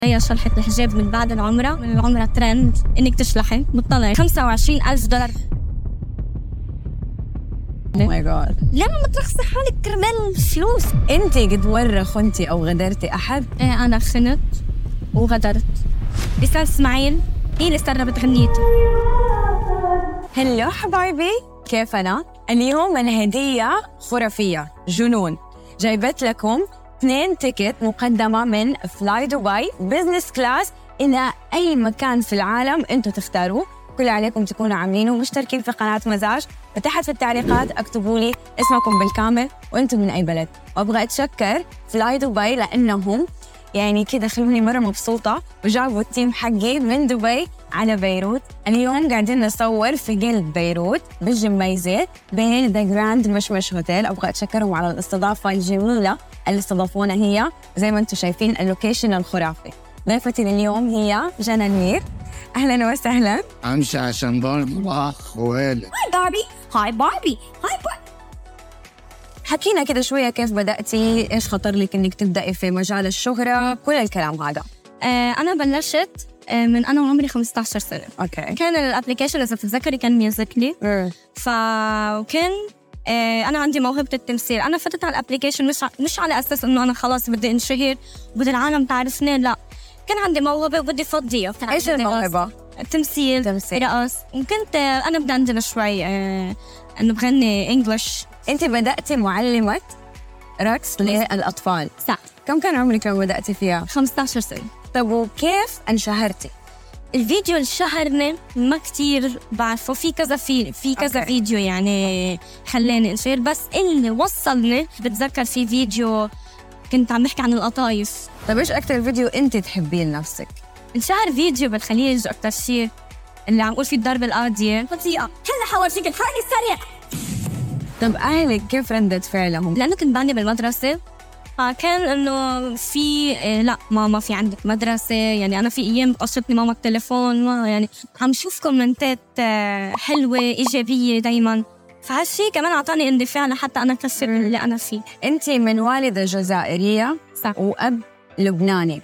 هي شرحت الحجاب من بعد العمرة، من العمرة ترند إنك تشلحي بتطلعي $25,000. Oh my god. ليه ما ترخصي حالك كرمال الفلوس؟ انت قد مرة خنتي او غدرتي احد؟ ايه انا خنت وغدرت. لسان اسماعيل هي اللي سربت غنيتي. هلو حبايبي، كيفنا؟ اليوم الهدية خرافية جنون. جايبت لكم 2 تيكت مقدمة من فلاي دبي بزنس كلاس إلى أي مكان في العالم أنتوا تختاروه. كل عليكم تكونوا عاملينه ومشتركين في قناة مزاج، فتحت في التعليقات اكتبوا لي اسمكم بالكامل وأنتم من أي بلد. وأبغى أتشكر فلاي دبي لأنهم يعني كده خلوني مرة مبسوطة، وجابوا التيم حقي من دبي على بيروت. اليوم قاعدين نصور في قلب بيروت بالجميزة بين ذا جراند مشمش هوتيل. أبغى أتشكرهم على الاستضافة الجميلة اللي استضافونا هي، زي ما أنتم شايفين اللوكيشن الخرافي. ضيفتي اليوم هي جنى المير. أهلاً وسهلاً. أمشي عشان باربي خوالي. هاي باربي، هاي باربي، هاي باربي. حكينا كده شوية كيف بدأتي، إيش خطر لك إنك تبدأي في مجال الشهرة، كل الكلام هذا. أنا بلشت من أنا وعمري 15 سنة. أوكي. كان الابليكيشن إذا بتتذكري كان ميوزيكلي. فكان أنا عندي موهبة التمثيل. أنا فتت على الابليكيشن مش على أساس إنه أنا خلاص بدي انشهر وبدي العالم تعرفني، لا، كان عندي موهبة وبدي فضيها. إيش الموهبة؟ تمثيل، رقص. وكنت أنا بدندن شوي إنه بغني إنجليش. أنت بدأتي معلمة رقص للأطفال، صح؟ كم كان عمرك لما بدأتي فيها؟ 15 سنة. طب وكيف انشهرتي؟ الفيديو اللي شهرني ما كتير بعرفه، في كذا فيديو يعني خلاني انشهر، بس اللي وصلني بتذكر في فيديو كنت عم بحكي عن القطايف. طب إيش أكتر فيديو أنت تحبيه لنفسك؟ انشهر فيديو بالخليج أكتر شيء اللي عم قول فيه الضرب القاضية بطيئة، هلا حاول فيك الحركة السريع. طب أهلك كيف ردة فعلهم؟ لأنه كنت بعدني بالمدرسة، فكان إنه في لا ماما في عندك مدرسة، يعني أنا في أيام قصتني ماما التليفون، ما يعني عم شوف كومنتات حلوة إيجابية دايماً، فهالشي كمان أعطاني اندفاع لحتى أنا أكسر اللي أنا فيه. أنت من والدة جزائرية صح. وأب لبناني.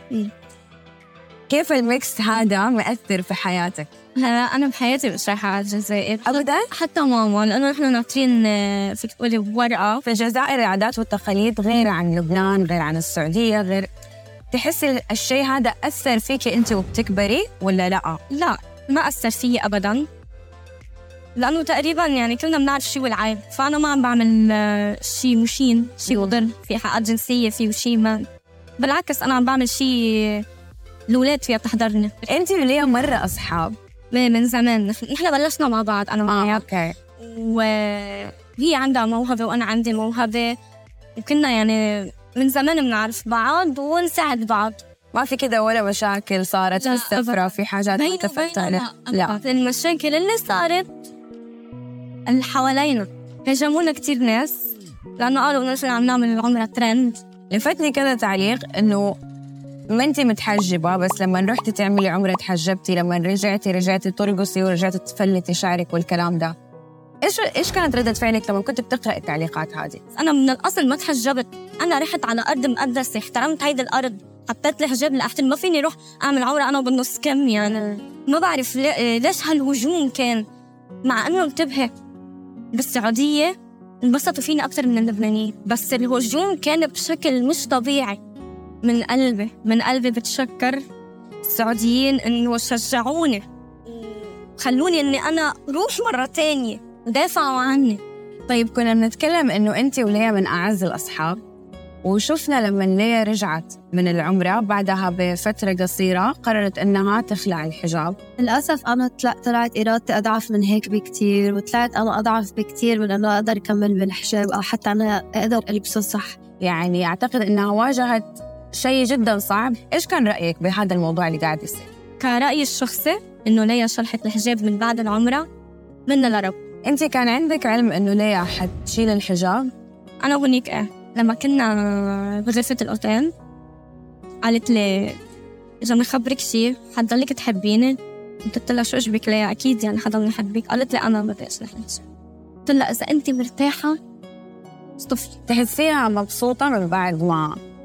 كيف الميكس هذا مؤثر في حياتك؟ لا أنا بحياتي مش رايحة على الجزائر أبداً؟ حتى ماما، لأنه نحن ناطرين فيك تقولي ورقة. في الجزائر العادات والتقاليد غير عن لبنان، غير عن السعودية، غير. تحسي الشيء هذا أثر فيك أنت وبتكبري ولا لا؟ لا ما أثر فيي أبداً، لأنه تقريباً يعني كلنا بنعرف شيء والعيب، فأنا ما عم بعمل شيء مشين، شيء يضر في حقات جنسية فيه وشيء ما، بالعكس أنا عم بعمل شيء الأولاد فيها بتحضرني. أنت وليا مرة أصحاب؟ من زمان نحن بلشنا مع بعض أنا وهي. أوكي. وهي عندها موهبة وأنا عندي موهبة، وكنا يعني من زمان بنعرف بعض ونساعد بعض. ما في كده ولا مشاكل صارت في السفرة، في حاجات اتفقت عليها؟ لا. المشاكل اللي صارت اللي حوالينا هجمونا كتير ناس، لأنه قالوا نحن عم نعمل العمرة ترند. لفتني كذا تعليق إنه ما أنتي متحجبة، بس لما رحتي تعملي عمرة تحجبتي، لما رجعتي ترقصي ورجعتي تفلتي شعرك والكلام ده. إيش كانت ردة فعلك لما كنت بتقرأ التعليقات هذه؟ أنا من الأصل ما تحجبت، أنا رحت على أرض مقدسة، احترمت هيدا الأرض، حطيت لي حجاب لأحتل، ما فيني روح أعمل عمرة أنا وبالنص كم يعني. ما بعرف ليش هالهجوم كان، مع أنه انتبهي بالسعودية انبسطوا فيني أكتر من اللبنانيين، بس الهجوم كان بشكل مش طبيعي. من قلبي بتشكر السعوديين إنه شجعوني خلوني إني أنا روح مرة تانية ودافعوا عني. طيب كنا بنتكلم إنه أنت وليا من أعز الأصحاب، وشفنا لما ليا رجعت من العمرة بعدها بفترة قصيرة قررت إنها تخلع الحجاب. للأسف أنا طلعت إرادتي أضعف من هيك بكتير، وطلعت أنا أضعف بكتير من أنه أقدر أكمل بالحجاب أو حتى أنا أقدر ألبسه صح. يعني أعتقد إنها واجهت شيء جدا صعب. إيش كان رأيك بهذا الموضوع اللي قاعد يصير؟ كرأيي الشخصي إنه ليا شرحت الحجاب من بعد العمرة منا لرب. أنت كان عندك علم إنه ليا حتشيل الحجاب؟ أنا وهنيك لما كنا بغرفة الأوتيل قالت لي إذا بنخبرك شيء حتضلك تحبيني. قلت لها شو إجبك ليا؟ أكيد يعني حضلني أحبك. قالت لي أنا بدي أشلح الحجاب. قلت لها إذا أنت مرتاحة اصطفي. تحسيها مبسوطة من بعد ما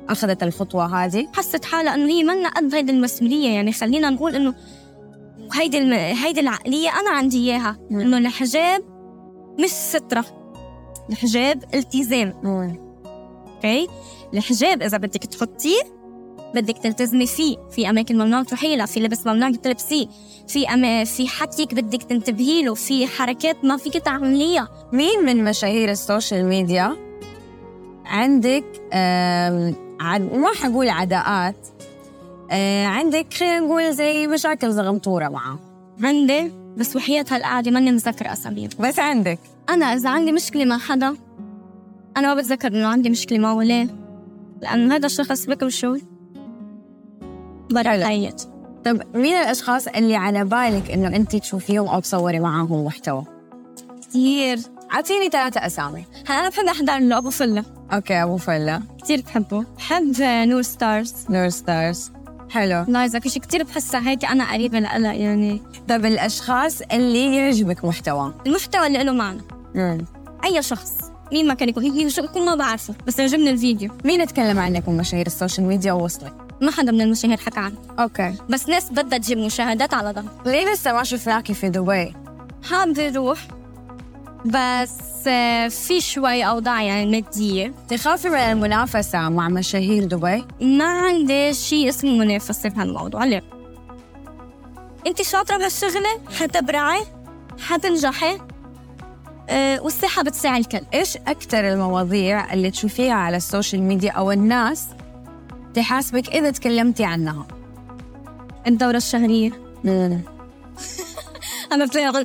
أخذت الخطوة هذه؟ حست حالها إنه هي منا قد هيدي المسؤولية. يعني خلينا نقول إنه هيدي العقلية أنا عندي إياها، إنه الحجاب مش سترة، الحجاب التزام. أوكي، الحجاب إذا بدك تحطيه بدك تلتزمي فيه، في أماكن ممنوع تروحي لها، في لبس ممنوع تلبسيه، في حكيك بدك تنتبهي له، في حركات ما فيك تعمليها. مين من مشاهير السوشيال ميديا عندك ما حقول عداءات، عندك خلينا نقول زي مشاكل زغمطورة معه؟ عندي، بس وحياة هالقعدة ماني مذكر أساميهم. بس عندك؟ أنا إذا عندي مشكلة مع حدا أنا ما بتذكر إنه عندي مشكلة معه. ليه؟ لأن هذا الشخص بكم شوي برا الحياة. طب مين الأشخاص اللي على بالك إنه أنت تشوفيهم أو تصوري معهم محتوى؟ كتير. عطيني 3 أسامي. أنا بحب أحضر له أبو فلة. أوكي، أبو فلة كتير بحبه. بحب نور ستارز. نور ستارز حلو. لايزا كيش كتير بحسها هيك أنا قريبة لها يعني. طب الأشخاص اللي يعجبك محتوى؟ المحتوى اللي له معنى. أي شخص مين ما كان يكون ما بعرفه بس يعجبني الفيديو. مين تكلم عنك من مشاهير السوشيال ميديا ووصلك؟ ما حدا من المشاهير حكى عنه. أوكي، بس ناس بدها تجيب مشاهدات على ظهر. ليه لسه ما شفناكي في دبي؟ حابة أروح بس في شوي أوضاع يعني مادية. تخافي من المنافسة مع مشاهير دبي؟ ما عندي شيء اسمه منافسة بهالموضوع. ليه؟ أنت شاطرة بهالشغلة، حتبرعي، حتنجحي، والصحة بتساعد الكل. إيش أكتر المواضيع اللي تشوفيها على السوشيال ميديا أو الناس تحاسبك إذا تكلمتي عنها؟ الدورة الشهرية. أنا بتلاقي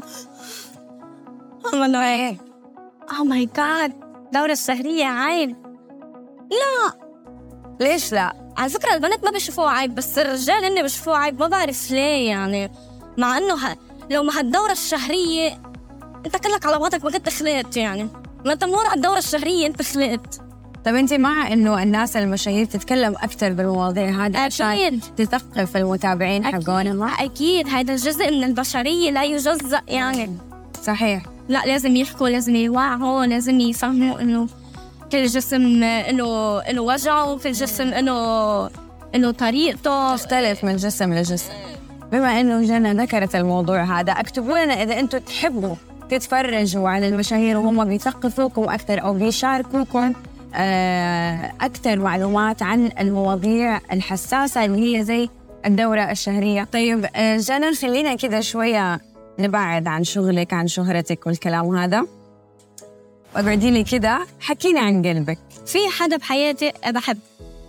إيه؟ Oh my God، الدورة الشهرية عيب. لا. ليش لا؟ على فكرة البنات ما بيشوفوه عيب، بس الرجال إني بيشوفوه عيب. ما بعرف ليه يعني، مع إنه لو ما هالدورة الشهرية أنت كلك على بعضك ما كنت خلقت يعني، ما أنت منور على الدورة الشهرية أنت خلقت. طب أنت مع إنه الناس المشاهير تتكلم أكتر بالمواضيع هذه عشان تثقف المتابعين حقونها؟ أكيد، هذا جزء من البشرية لا يجزأ يعني. صحيح. لا، لازم يحكوا، لازم يوعوا، لازم يفهموا إنه كل جسم إنه وجعه، كل جسم إنه طريقته تختلف من جسم لجسم. بما إنه جنى ذكرت الموضوع هذا، اكتبوا لنا إذا أنتم تحبوا تتفرجوا على المشاهير وهم بيثقفوكم أكثر أو بيشاركوكم أكثر معلومات عن المواضيع الحساسة اللي هي زي الدورة الشهرية. طيب جنى، خلينا كذا شوية نبعد عن شغلك، عن شهرتك والكلام هذا، وابعدي لي كده، حكيني عن قلبك. في حدا بحياتي بحب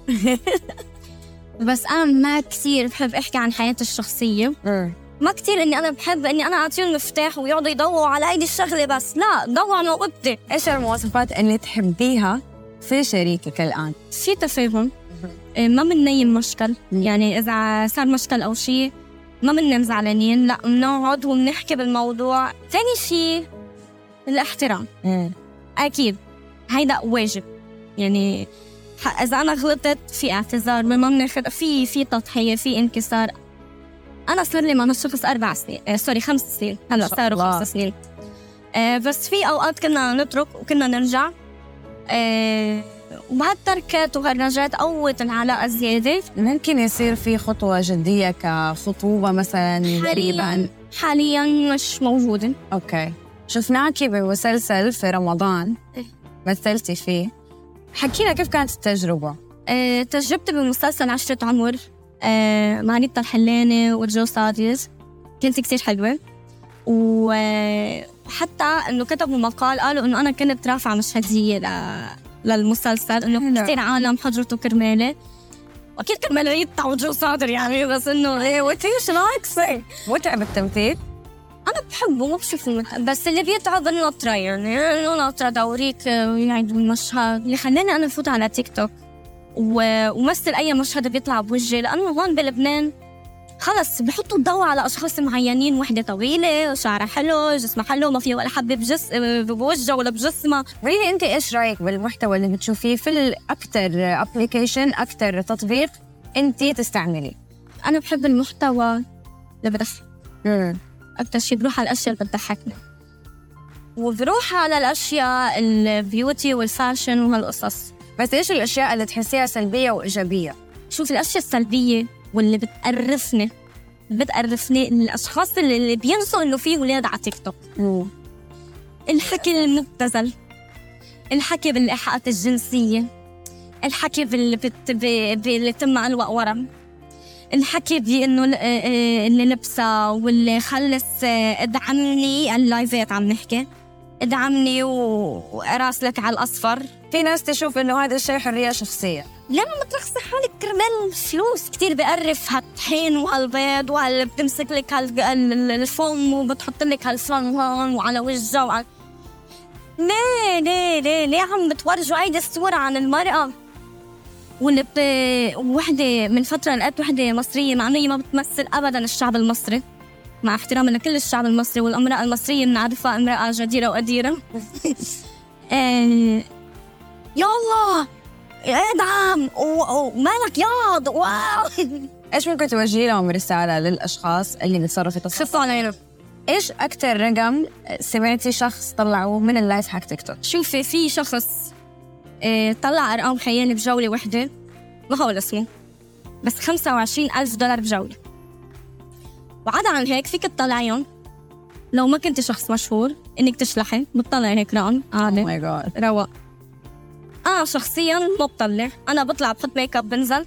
بس أنا ما كثير بحب أحكي عن حياتي الشخصية. ما كتير إني أنا بحب إني أنا أعطيهم المفتاح ويقعدوا يدوروا على هيدي الشغلة بس. لا، دوروا على موهبتي. إيش المواصفات اللي تحبيها في شريكك الآن؟ في تفاهم، ما بننيم مشكل. يعني إذا صار مشكل أو شيء ما بننام زعلانين، لا بنقعد وبنحكي بالموضوع. ثاني شيء الاحترام. أكيد هيدا واجب. يعني إذا أنا غلطت في اعتذار، ما بناخد في تضحية، في انكسار. أنا صار لي مع الشخص 4 سنين، 5 سنين، هلا صاروا 5 سنين. بس في أوقات كنا نترك وكنا نرجع، وهالتركات وهالرجعات قوت العلاقة زيادة. ممكن يصير في خطوة جدية كخطوبة مثلا قريبا؟ حاليا مش موجودة. أوكي. شفناكي بمسلسل في رمضان مثلتي فيه، حكينا كيف كانت التجربة؟ تجربتي بمسلسل 10 عمر مع ريتا الحلاني وجو صادر كانت كتير حلوة. وحتى إنه كتبوا مقال قالوا إنه أنا كنت رافعة مشهدية للمسلسل، إنه كتير عالم حضرته كرمالي، وأكيد كرمال ريتا وجو صادر يعني. بس إنه وتيش ناقصة متعب التمثيل. أنا بحبه مو بشوفه بس اللي بيتعب النطرة، يعني النطرة دوريك ويعيدوا المشهد. اللي خلاني أنا أفوت على تيك توك ومثل أي مشهد بيطلع بوجهي، لأنه هون بلبنان خلص بحطوا الضوء على أشخاص معينين. وحدة طويلة، شعرها حلو، جسمها حلو، ما فيها ولا حبة بوجهها ولا بجسمها. ريلي أنت إيش رأيك بالمحتوى اللي بتشوفيه في الأكتر أبليكيشن، أكتر تطبيق أنت تستعملي؟ أنا بحب المحتوى اللي بضحك. أكتر شيء بروح على الأشياء اللي بتضحكني، وبروح على الأشياء البيوتي والفاشن وهالقصص. بس إيش الأشياء اللي تحسيها سلبية وإيجابية؟ شوف الأشياء السلبية واللي بتقرفني الأشخاص اللي بينسوا إنه في ولاد على تيك توك. الحكي المبتذل، الحكي بالإيحاءات الجنسية، الحكي اللي تم ألوأ ورم، الحكي بإنه اللي لبسه واللي خلص ادعمني اللايفات، عم نحكي ادعمني وراسلك على الأصفر. في ناس تشوف إنه هذا الشيء حرية شخصية. لما بترخصي حالك كرمال فلوس كتير بقرف هالطحين وهالبيض وهال بتمسك لك الفم وبتحط لك هالفم هون وعلى وجهها ليه عم بتورجوا هيدي الصورة عن المرأة؟ وحدة من فترة لقيت وحدة مصرية مع إنها ما بتمثل أبدا الشعب المصري، مع احترامنا لكل الشعب المصري والامرأة المصرية بنعرفها امرأة جديرة وقديرة. يا الله ادعم ومالك ياض إيش ممكن توجهي لهم رسالة للأشخاص اللي بيتصرفوا خفوا علينا؟ إيش أكتر رقم سمعتي شخص طلعوه من اللايف حق تيك توك؟ شوفي في شخص طلع أرقام خيالي بجولة واحدة ما هو اسمه، بس $25,000 بجولة. وعدا عن هيك فيك تطلعيهم لو ما كنت شخص مشهور إنك تشلحي بتطلع هيك رقم عادي. ماي جاد رواق. أنا شخصياً ما بطلع، أنا بطلع بحط ميك اب بنزل،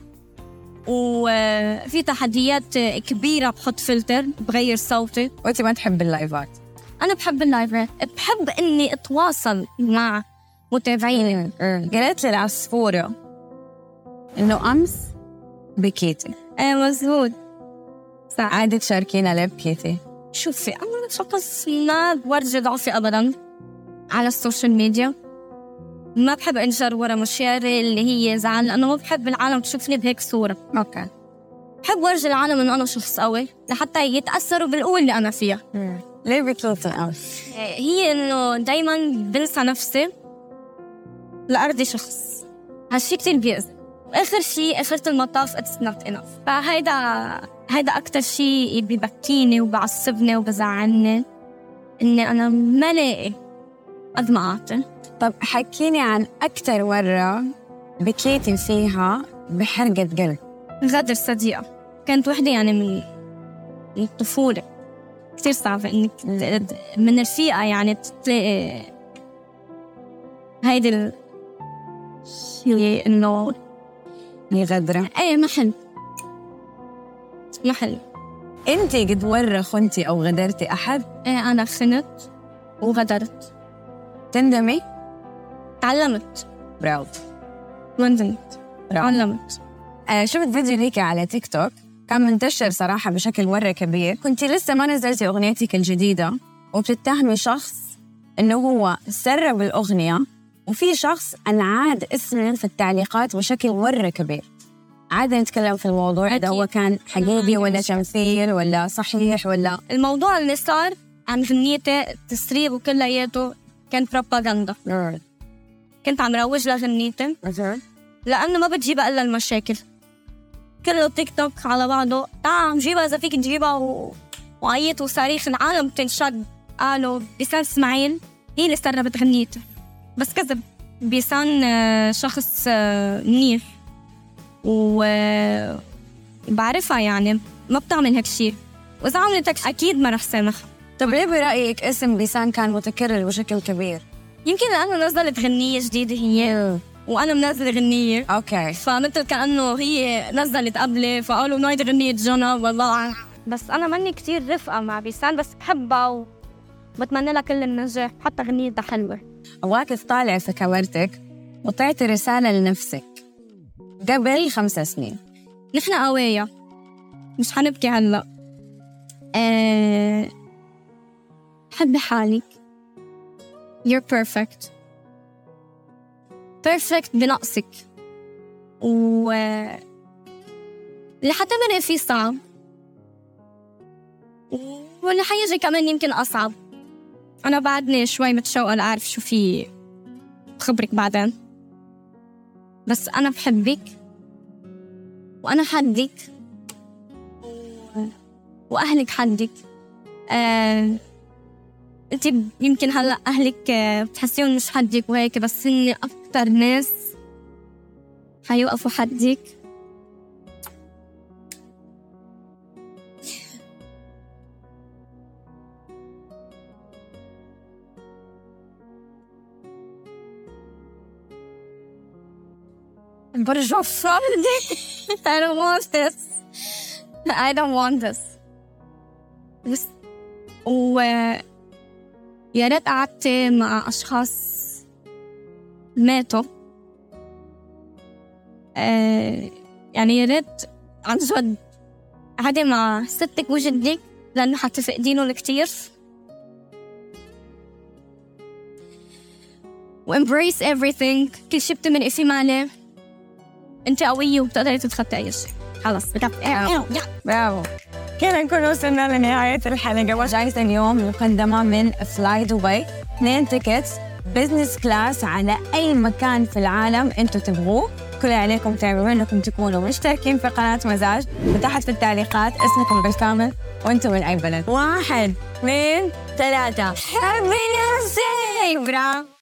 وفي تحديات كبيرة بحط فلتر بغير صوتي. وأنتي ما تحب اللايفات؟ أنا بحب اللايفات، بحب إني أتواصل مع متابعيني. قالت لي العصفورة إنه أمس بكيتي. مزبوط. عادي تشاركينا ليه بكيتي؟ شوفي أنا شخص ما بورجي ضعفي أبداً على السوشيال ميديا، ما بحب انشر ورا مشيارة اللي هي زعل، لأنه ما بحب العالم تشوفني بهيك صورة. أوكي. بحب ورجي العالم إنه أنا شخص قوي لحتى يتأثروا بالقوة اللي أنا فيها. ليه بكيتي؟ هي إنه دايماً بنسى نفسي لأرضي شخص، هالشي كتير بيأذي، وآخر شي آخرة المطاف it's not enough. فهيدا أكتر شي بيبكيني وبعصبني وبزعلني، إني أنا ما لاقي قد ما أعطي. طب حكيني عن أكتر مرة بكيتي فيها بحرقة قلب. غدر صديقة كانت وحدة يعني من الطفولة، كتير صعبة إنك من رفيقة يعني تلاقي هيدي الشيء إنه غدرة. أي محل. أنتي قد مرة خنتي أو غدرتي أحد؟ إيه أنا خنت وغدرت. تندمي؟ تعلمت. براو. ما ندمت، تعلمت. شفت فيديو ليكي على تيك توك كان منتشر صراحة بشكل مرة كبير، كنتي لسه ما نزلتي أغنيتك الجديدة وبتتهمي شخص إنه هو سرب الأغنية، وفي شخص أنعاد اسمه في التعليقات بشكل مرة كبير. عادة نتكلم في الموضوع ده، هو كان حقيقي ولا تمثيل ولا صحيح ولا؟ الموضوع اللي صار عن غنيتي تسريب وكلياته كان بروباغندا. كنت عم روج لغنيتي لأنه ما بتجيبها إلا المشاكل، كله تيك توك على بعضه، تعال جيبها إذا فيك تجيبها وعيط وصريخ، العالم بتنشد. قالوا بيسان إسماعيل هي اللي سربت غنيتي، بس كذب. بيسان شخص منيح وبعرفها، يعني ما بتعمل هيك شيء، وإذا عملت هيك أكيد ما رح سامحها. طب ليه برأيك اسم بيسان كان متكرر بشكل كبير؟ يمكن لأنه نزلت غنية جديدة هي وأنا منزل غنية. أوكي. فمثل كأنه هي نزلت قبلي فقالوا نايد غنية جنى. والله بس أنا ماني كتير رفقة مع بيسان، بس بحبها وبتمنى لها كل النجاح، حتى غنيتها حلوة. أواك تطالع في كاميرتك وطلعتي رسالة لنفسك قبل 5 سنين. نحن قوية، مش حنبكي هلأ. حبي حالك. You're perfect. Perfect بنقصك. اللي حتمرق فيه صعب، واللي حيجي كمان يمكن أصعب. أنا بعدني شوي متشوقة لأعرف شو في خبرك بعدين، بس أنا بحبك وأنا حدك وأهلك حدك. أنت يمكن هلأ أهلك بتحسيهم مش حدك وهيك، بس هن أكتر ناس حيوقفوا حدك. برجع صلي. I don't want this. I don't want this. بس يا ريت قعدت مع أشخاص ماتوا. يعني يا ريت عن جد قعدي مع ستك وجدك لأنه حتفقدينهم كتير. embrace everything. كل شي بتمرقي فيه معنا. انت قوية وبتقدري تتخطي أي شيء. خلص برافو. كنا نكون وصلنا لنهاية الحلقة. وجائزة اليوم مقدمة من فلاي دبي، 2 تيكتس بزنس كلاس على أي مكان في العالم أنتوا تبغوه. كل اللي عليكم تعملون أنكم تكونوا مشتركين في قناة مزاج، وتحت في التعليقات اسمكم بالكامل وأنتم من أي بلد. 1 2 3 Happy New Year. برافو.